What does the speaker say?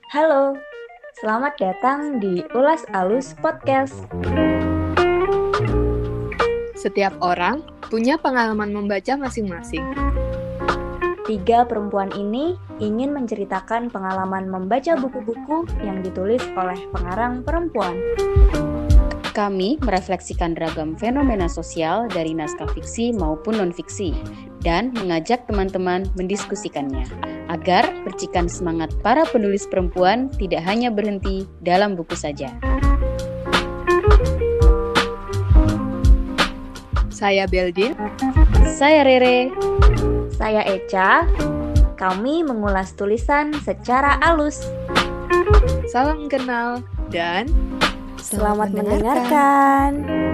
Halo, selamat datang di Ulas Alus Podcast. Setiap orang punya pengalaman membaca masing-masing. 3 perempuan ini ingin menceritakan pengalaman membaca buku-buku yang ditulis oleh pengarang perempuan. Kami merefleksikan beragam fenomena sosial dari naskah fiksi maupun non-fiksi dan mengajak teman-teman mendiskusikannya agar percikan semangat para penulis perempuan tidak hanya berhenti dalam buku saja. Saya Beldin. Saya Rere. Saya Eca. Kami mengulas tulisan secara alus. Salam kenal dan Selamat mendengarkan.